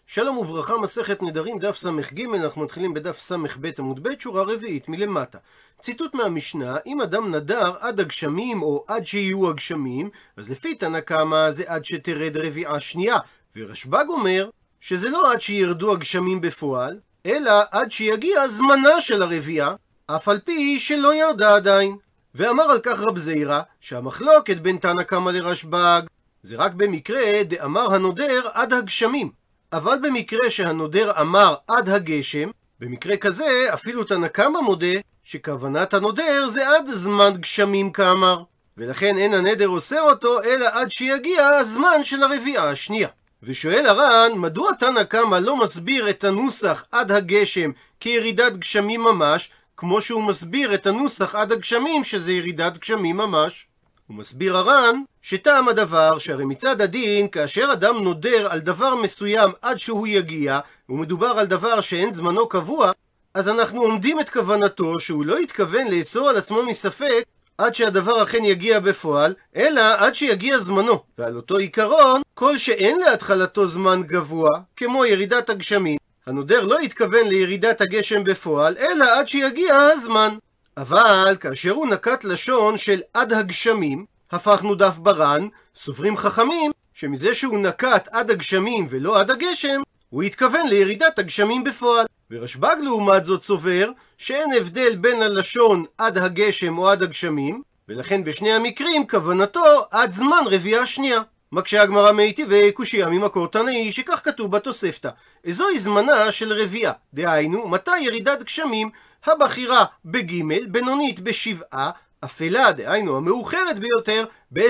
שלום וברכה, מסכת נדרים, דף ס"ג, אנחנו מתחילים בדף ס"ב עמוד ב', שורה רביעית מלמטה. ציטוט מהמשנה: אם אדם נדר עד הגשמים או עד שיהיו הגשמים, אז לפי תנא קמא זה עד שתרד רביעה שנייה, ורשב"ג אומר שזה לא עד שירדו הגשמים בפועל, אלא עד שיגיע זמנה של הרביעה, אף על פי שלא ירדה עדיין. ואמר על כך רב זירא שהמחלוקת בין תנא קמא לרשב"ג זה רק במקרה דאמר הנודר עד הגשמים, אבל במקרה שהנודר אמר עד הגשם, במקרה כזה אפילו תנא קמא מודה שכוונת הנודר זה עד זמן גשמים כאמר, ולכן אין הנדר אוסר אותו אלא עד שיגיע הזמן של הרביעה השנייה. ושואל הר"ן, מדוע תנא קמא לא מסביר את הנוסח עד הגשם כירידת גשמים ממש, כמו שהוא מסביר את הנוסח עד הגשמים שזה ירידת גשמים ממש? הוא מסביר הר"ן שטעם הדבר שהרי מצד הדין כאשר אדם נודר על דבר מסוים עד שהוא יגיע, ומדובר על דבר שאין זמנו קבוע, אז אנחנו עומדים את כוונתו שהוא לא התכוון לאסור על עצמו מספק עד שהדבר אכן יגיע בפועל, אלא עד שיגיע זמנו. ועל אותו עיקרון, כל שאין להתחלתו זמן גבוה, כמו ירידת הגשמים, הנודר לא התכוון לירידת הגשם בפועל, אלא עד שיגיע הזמן. אבל כאשר הוא נקט לשון של עד הגשמים, הפכנו דף ברן, סוברים חכמים שמזה שהוא נקט עד הגשמים ולא עד הגשם, הוא התכוון לירידת הגשמים בפועל. ורשב"ג לעומת זאת סובר שאין הבדל בין הלשון עד הגשם או עד הגשמים, ולכן בשני המקרים כוונתו עד זמן רביעה שנייה. מקשה הגמרא מיטיבי קושיה ממקור תנאי שכך כתוב בתוספתא: איזוהי זמנה של רביעה, דהיינו מתי ירידת גשמים? הבכירה בג', בינונית בשבעה, אפלה, דהיינו המאוחרת ביותר,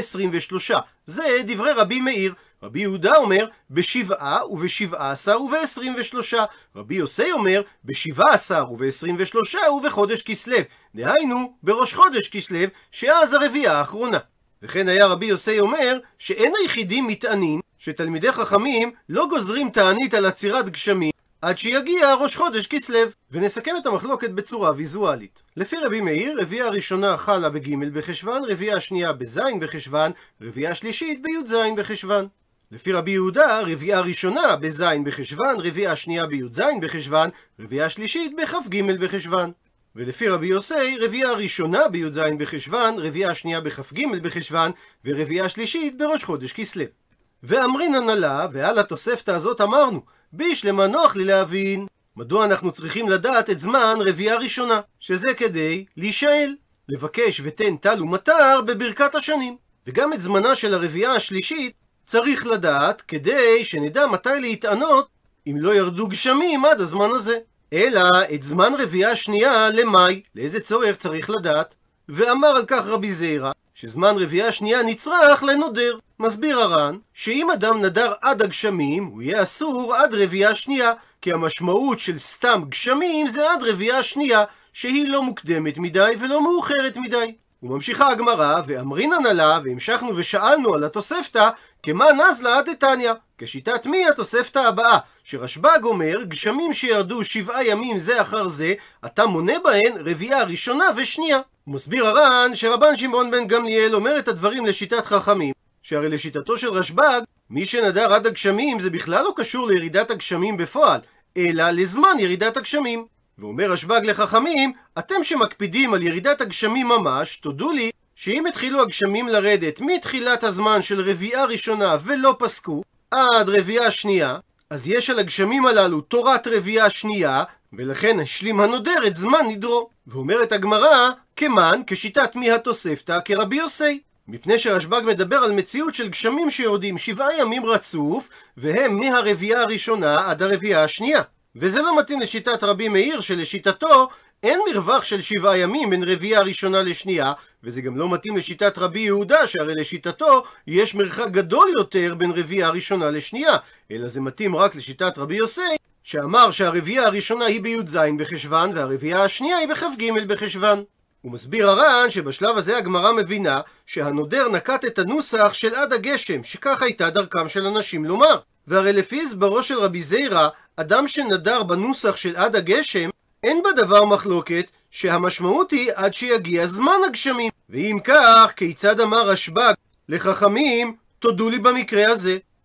ב-23. זה דברי רבי מאיר. רבי יהודה אומר ב-7 וב-17 וב-23. רבי יוסי אומר ב-17 וב-23 ובחודש כסלו, דהיינו בראש חודש כסלו, שאז הרביעה האחרונה. וכן היה רבי יוסי אומר שאין היחידים מטענין שתלמידי חכמים לא גוזרים תענית על עצירת גשמים עד שיגיע ראש חודש כסלו. ונסכם את המחלוקת בצורה ויזואלית. לפי רבי מאיר, רביעה הראשונה חלה בג' בחשוון, רביעה השנייה בז' בחשוון, רביעה השלישית בי"ז בחשוון. לפי רבי יהודה, רביעה הראשונה בז' בחשוון, רביעה השנייה בי"ז בחשוון, רביעה השלישית בכ"ג בחשוון. ולפי רבי יוסי, רביעה הראשונה בי"ז בחשוון, רביעה השנייה בכ"ג בחשוון, ורביעה השלישית בראש חודש כסלו. ואמרינן לה, ועל התוספתא הזאת אמרנו, בישלמה נוח לי להבין מדוע אנחנו צריכים לדעת את זמן רביעה ראשונה, שזה כדי להישאל, לבקש ותן טל ומטר בברכת השנים. וגם את זמנה של הרביעה השלישית צריך לדעת כדי שנדע מתי להתענות אם לא ירדו גשמים עד הזמן הזה. אלא את זמן רביעה שנייה למאי, לאיזה צורך צריך לדעת? ואמר על כך רבי זירא שזמן רביעה שנייה נצרך לנודר. מסביר הר"ן שאם אדם נדר עד הגשמים הוא יהיה אסור עד רביעה שנייה, כי המשמעות של סתם גשמים זה עד רביעה שנייה שהיא לא מוקדמת מדי ולא מאוחרת מדי. וממשיכה הגמרא, ואמרינן לה, והמשכנו ושאלנו על התוספתא כמה נזלה דתניא, כשיטת מי התוספתא הבאה, שרשב"ג אומר גשמים שירדו 7 ימים זה אחר זה, אתה מונה בהן רביעה ראשונה ושנייה. הוא מסביר הר"ן שרבן שמעון בן גמליאל אומר את הדברים לשיטת חכמים, שהרי לשיטתו של רשב"ג מי שנדר עד הגשמים זה בכלל לא קשור לירידת הגשמים בפועל, אלא לזמן ירידת הגשמים. ואומר רשב"ג לחכמים, אתם שמקפידים על ירידת הגשמים ממש, תודו לי שאם התחילו הגשמים לרדת מתחילת הזמן של רביעה ראשונה ולא פסקו עד רביעה שנייה, אז יש על הגשמים הללו תורת רביעה שנייה, ולכן השלים הנודר את זמן נדרו. ואומרת הגמרא, כמן, כשיטת מי התוספתא, כרבי יוסי, מפני שרשב"ג מדבר על מציאות של גשמים שיורדים 7 ימים רצוף, והם מהרביעה הראשונה עד הרביעה השנייה. וזה לא מתאים לשיטת רבי מאיר, שלשיטתו אין מרווח של 7 ימים בין רביעה ראשונה לשנייה, וזה גם לא מתאים לשיטת רבי יהודה, שהרי לשיטתו יש מרחק גדול יותר בין רביעה ראשונה לשנייה, אלא זה מתאים רק לשיטת רבי יוסי, שאמר שהרביעה הראשונה היא בי"ז בחשוון, והרביעה השנייה היא בכ"ג בחשוון. הוא מסביר הר"ן שבשלב הזה הגמרא מבינה שהנודר נקט את הנוסח של עד הגשם, שכך הייתה דרכם של אנשים לומר. והרי לפי הסברו של רבי זירא, אדם שנדר בנוסח של עד הגשם, אין בדבר מחלוקת שהמשמעות היא עד שיגיע זמן הגשמים. ואם כך, כיצד אמר רשב"ג לחכמים, תודו לי במקרה הזה?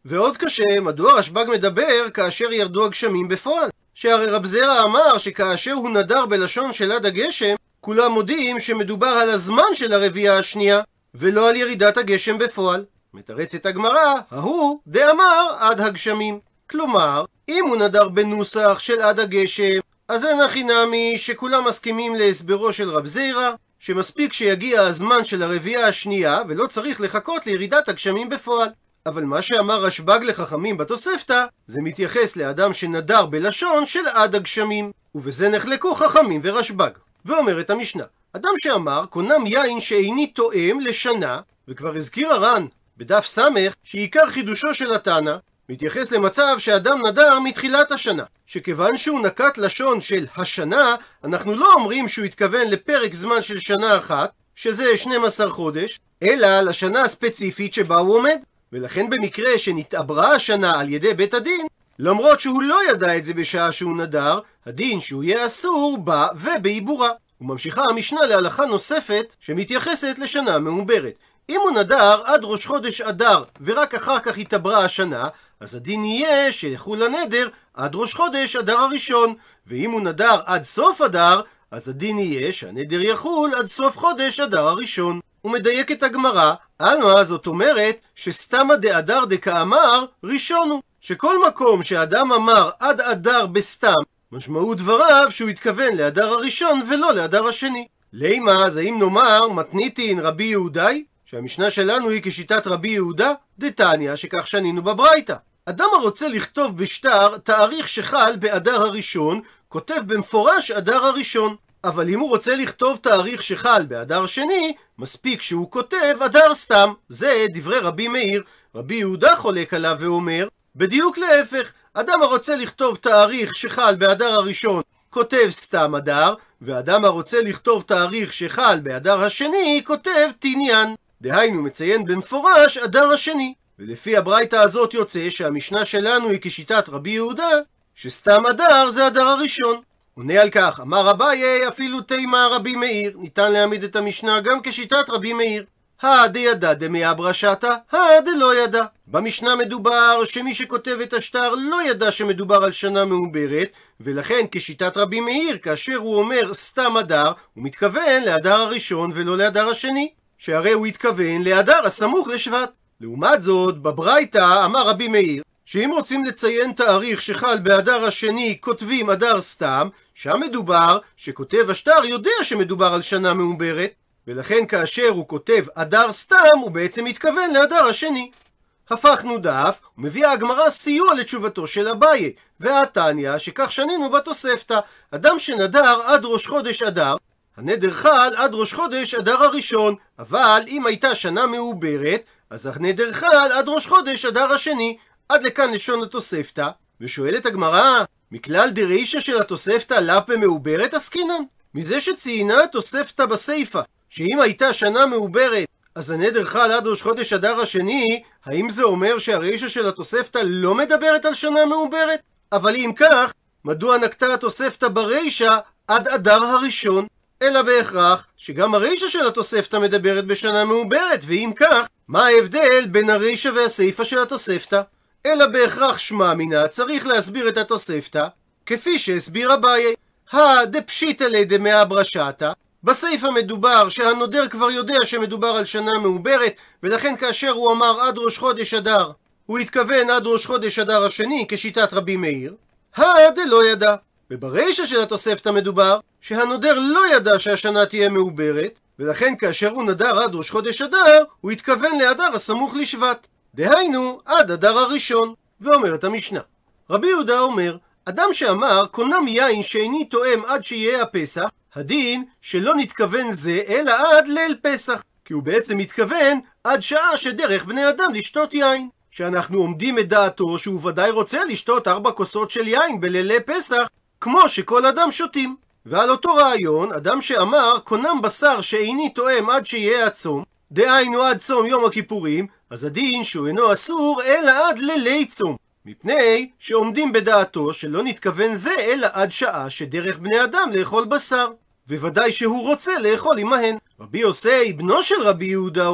ועוד קשה, מדוע רשב"ג מדבר כאשר ירדו הגשמים בפועל? שהרי רב זרע אמר שכאשר הוא נדר בלשון של עד הגשם, כולם מודיעים שמדובר על הזמן של הרביעה השנייה, ולא על ירידת הגשם בפועל. מתרצת הגמרא, ההוא דאמר עד הגשמים. כלומר, אם הוא נדר בנוסח של עד הגשם, אז אין הכי נמי שכולם מסכימים להסברו של רב זרע, שמספיק שיגיע הזמן של הרביעה השנייה, ולא צריך לחכות לירידת הגשמים בפועל. אבל מה שאמר רשב"ג לחכמים בתוספתא, זה מתייחס לאדם שנדר בלשון של עד הגשמים. ובזה נחלקו חכמים ורשב"ג. ואומרת המשנה, אדם שאמר קונם יין שאיני תואם לשנה, וכבר הזכיר הר"ן בדף סמך שעיקר חידושו של התנא מתייחס למצב שאדם נדר מתחילת השנה, שכיוון שהוא נקט לשון של השנה, אנחנו לא אומרים שהוא התכוון לפרק זמן של שנה אחת, שזה 12 חודש, אלא לשנה הספציפית שבה הוא עומד. ולכן במקרה שנתעברה השנה על ידי בית הדין, למרות שהוא לא ידע את זה בשעה שהוא נדר, הדין שהוא יהיה אסור בה ובעיבורה. וממשיכה המשנה להלכה נוספת שמתייחסת לשנה מעוברת. אם הוא נדר עד ראש חודש אדר ורק אחר כך התעברה השנה, אז הדין יהיה שיחול הנדר עד ראש חודש אדר הראשון, ואם הוא נדר עד סוף אדר, אז הדין יהיה שהנדר יחול עד סוף חודש אדר הראשון. ומדייקת הגמרא, עלמא זאת אומרת שסתמא דאדר דקאמר ראשון הוא, שכל מקום שאדם אמר עד אדר בסתם, משמעות דבריו שהוא התכוון לאדר הראשון ולא לאדר השני. לימה, אז האם נאמר מתניתין רבי יהודאי, שהמשנה שלנו היא כשיטת רבי יהודה, דתניא שכך שנינו בברייתא. אדם הרוצה לכתוב בשטר תאריך שחל באדר הראשון, כותב במפורש אדר הראשון. אבל אם הוא רוצה לכתוב תאריך שחל באדר שני, מספיק שהוא כותב אדר סתם. זה דברי רבי מאיר. רבי יהודה חולק עליו ואומר, בדיוק להפך, אדם הרוצה לכתוב תאריך שחל באדר הראשון, כותב סתם אדר, ואדם הרוצה לכתוב תאריך שחל באדר השני, כותב תניין. דהיינו מציין במפורש אדר השני. ולפי הברייתא הזאת יוצא שהמשנה שלנו היא כשיטת רבי יהודה, שסתם אדר זה אדר הראשון. עונה על כך, אמר אביי אפילו תימא רבי מאיר, ניתן להעמיד את המשנה גם כשיטת רבי מאיר. דיידא דמאברא שתא, דלא ידע. במשנה מדובר שמי שכותב את השטר לא ידע שמדובר על שנה מעוברת, ולכן כשיטת רבי מאיר, כאשר הוא אומר סתם אדר, הוא מתכוון לאדר הראשון ולא לאדר השני, שהרי הוא התכוון לאדר הסמוך לשבט. לעומת זאת, בברייתא אמר רבי מאיר, שאם רוצים לציין תאריך שחל באדר השני כותבים אדר סתם, שם מדובר שכותב השטר יודע שמדובר על שנה מעוברת, ולכן כאשר הוא כותב אדר סתם הוא בעצם מתכוון לאדר השני. הפכנו דף, ומביאה הגמרא סיוע לתשובתו של אביי, והתניא שכך שנינו בתוספתא, אדם שנדר עד ראש חודש אדר, הנדר חל עד ראש חודש אדר הראשון, אבל אם הייתה שנה מעוברת, אז הנדר חל עד ראש חודש אדר השני. עד לכאן לשון התוספתא, ושואלת הגמרא, מכלל דרישא של התוספתא לאו במעוברת עסקינן? מזה שציינה התוספתא בסיפא, שאם הייתה שנה מעוברת, אז הנדר חל עד ראש חודש אדר השני, האם זה אומר שהרישא של התוספתא לא מדברת על שנה מעוברת? אבל אם כך, מדוע נקטה התוספתא ברישא עד אדר הראשון? אלא בהכרח שגם הרישא של התוספתא מדברת בשנה מעוברת, ואם כך, מה ההבדל בין הרישא והסיפא של התוספתא? אלא בהכרח שמע מינה, צריך להסביר את התוספתא כפי שהסביר אביי. דפשיטא ליה דמאברא שתא, בסיפא מדובר שהנודר כבר יודע שמדובר על שנה מעוברת, ולכן כאשר הוא אמר עד ראש חודש אדר, הוא התכוון עד ראש חודש אדר השני כשיטת רבי מאיר. דלא ידע. וברישא של התוספתא מדובר שהנודר לא ידע שהשנה תהיה מעוברת, ולכן כאשר הוא נדר עד ראש חודש אדר, הוא התכוון לאדר הסמוך לשבט, דהיינו עד אדר הראשון. ואומרת המשנה, רבי יהודה אומר, אדם שאמר קונם יין שאיני תואם עד שיהיה הפסח, הדין שלא נתכוון זה אלא עד ליל פסח, כי הוא בעצם מתכוון עד שעה שדרך בני אדם לשתות יין, שאנחנו עומדים את דעתו שהוא ודאי רוצה לשתות 4 כוסות של יין בלילי פסח כמו שכל אדם שותים. ועל אותו רעיון, אדם שאמר קונם בשר שאיני תואם עד שיהיה הצום, דהיינו עד צום יום הכיפורים, אז הדין שהוא אינו אסור אלא עד לילי צום, מפני שעומדים בדעתו שלא נתכוון זה אלא עד שעה שדרך בני אדם לאכול בשר, וודאי שהוא רוצה לאכול עמהן. רבי יוסי בנו של רבי יהודה אומר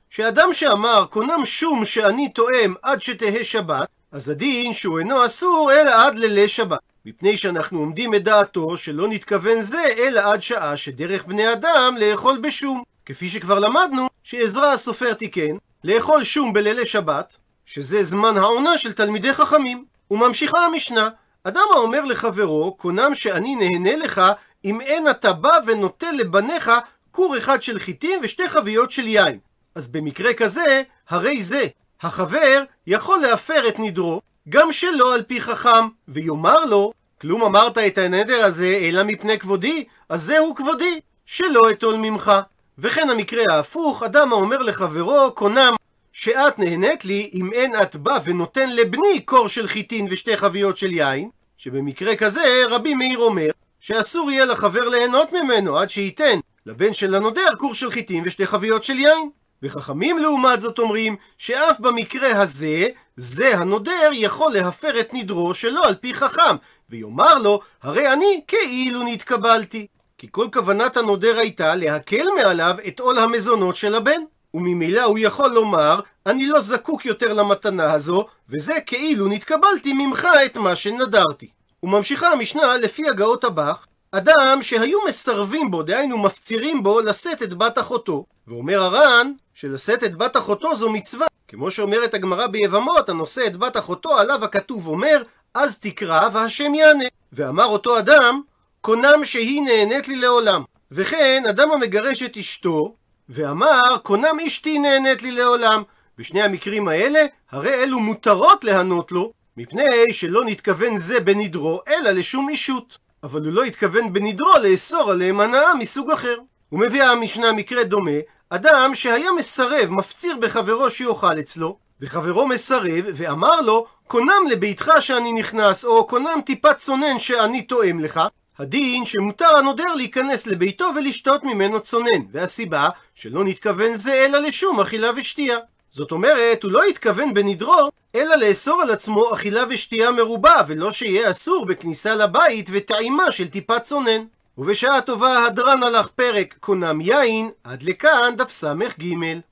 שאדם שאמר קונם שום שאני תואם עד שתהא שבת, אז הדין שהוא אינו אסור אלא עד לילי שבת, מפני שאנחנו עומדים את דעתו שלא נתכוון זה אלא עד שעה שדרך בני אדם לאכול בשום, כפי שכבר למדנו שעזרא הסופר תיקן לאכול שום בלילי שבת, שזה זמן העונה של תלמידי חכמים. וממשיכה המשנה, אדם האומר לחברו קונם שאני נהנה לך אם אין אתה בא ונוטל לבניך כור אחד של חיטים ושתי חביות של יין, אז במקרה כזה הרי זה החבר יכול להפר את נדרו גם שלא על פי חכם, ויאמר לו כלום אמרת את הנדר הזה אלא מפני כבודי, אז זהו כבודי שלא אטול ממך. וכן המקרה ההפוך, אדם האומר לחברו קונם שאת נהנית לי אם אין את בא ונותן לבני קור של חיטין ושתי חביות של יין, שבמקרה כזה רבי מאיר אומר שאסור יהיה לחבר ליהנות ממנו עד שייתן לבן של הנודר קור של חיטין ושתי חביות של יין. וחכמים לעומת זאת אומרים שאף במקרה הזה זה הנודר יכול להפר את נדרו שלא על פי חכם, ויאמר לו הרי אני כאילו נתקבלתי, כי כל כוונת הנודר הייתה להקל מעליו את עול המזונות של הבן, וממילא הוא יכול לומר אני לא זקוק יותר למתנה הזו, וזה כאילו נתקבלתי ממך את מה שנדרתי. וממשיכה המשנה לפי הגאות הבח, אדם שהיו מסרבים בו, דהיינו מפצירים בו לשאת את בת אחותו, ואומר הר"ן שלשאת את בת אחותו זו מצווה, כמו שאומרת הגמרא ביבמות הנושא את בת אחותו עליו הכתוב אומר אז תקרא והשם יענה. ואמר אותו אדם קונם שהיא נהנית לי לעולם, וכן אדם המגרש את אשתו ואמר קונם אשתי נהנית לי לעולם, בשני המקרים האלה הרי אלו מותרות להנות לו, מפני שלא נתכוון זה בנדרו אלא לשום אישות, אבל הוא לא התכוון בנדרו לאסור עליהם הנאה מסוג אחר. ומביאה המשנה מקרה דומה, אדם שהיה מסרב מפציר בחברו שיאכל אצלו, וחברו מסרב ואמר לו קונם לביתך שאני נכנס, או קונם טיפת צונן שאני תואם לך, הדין שמותר הנודר להיכנס לביתו ולשתות ממנו צונן, והסיבה שלא נתכוון זה אלא לשום אכילה ושתייה. זאת אומרת, הוא לא התכוון בנדרו אלא לאסור על עצמו אכילה ושתייה מרובה, ולא שיהיה אסור בכניסה לבית וטעימה של טיפת צונן. ובשעה טובה הדרן הלך פרק קונם יין, עד לכאן דף ס"ג.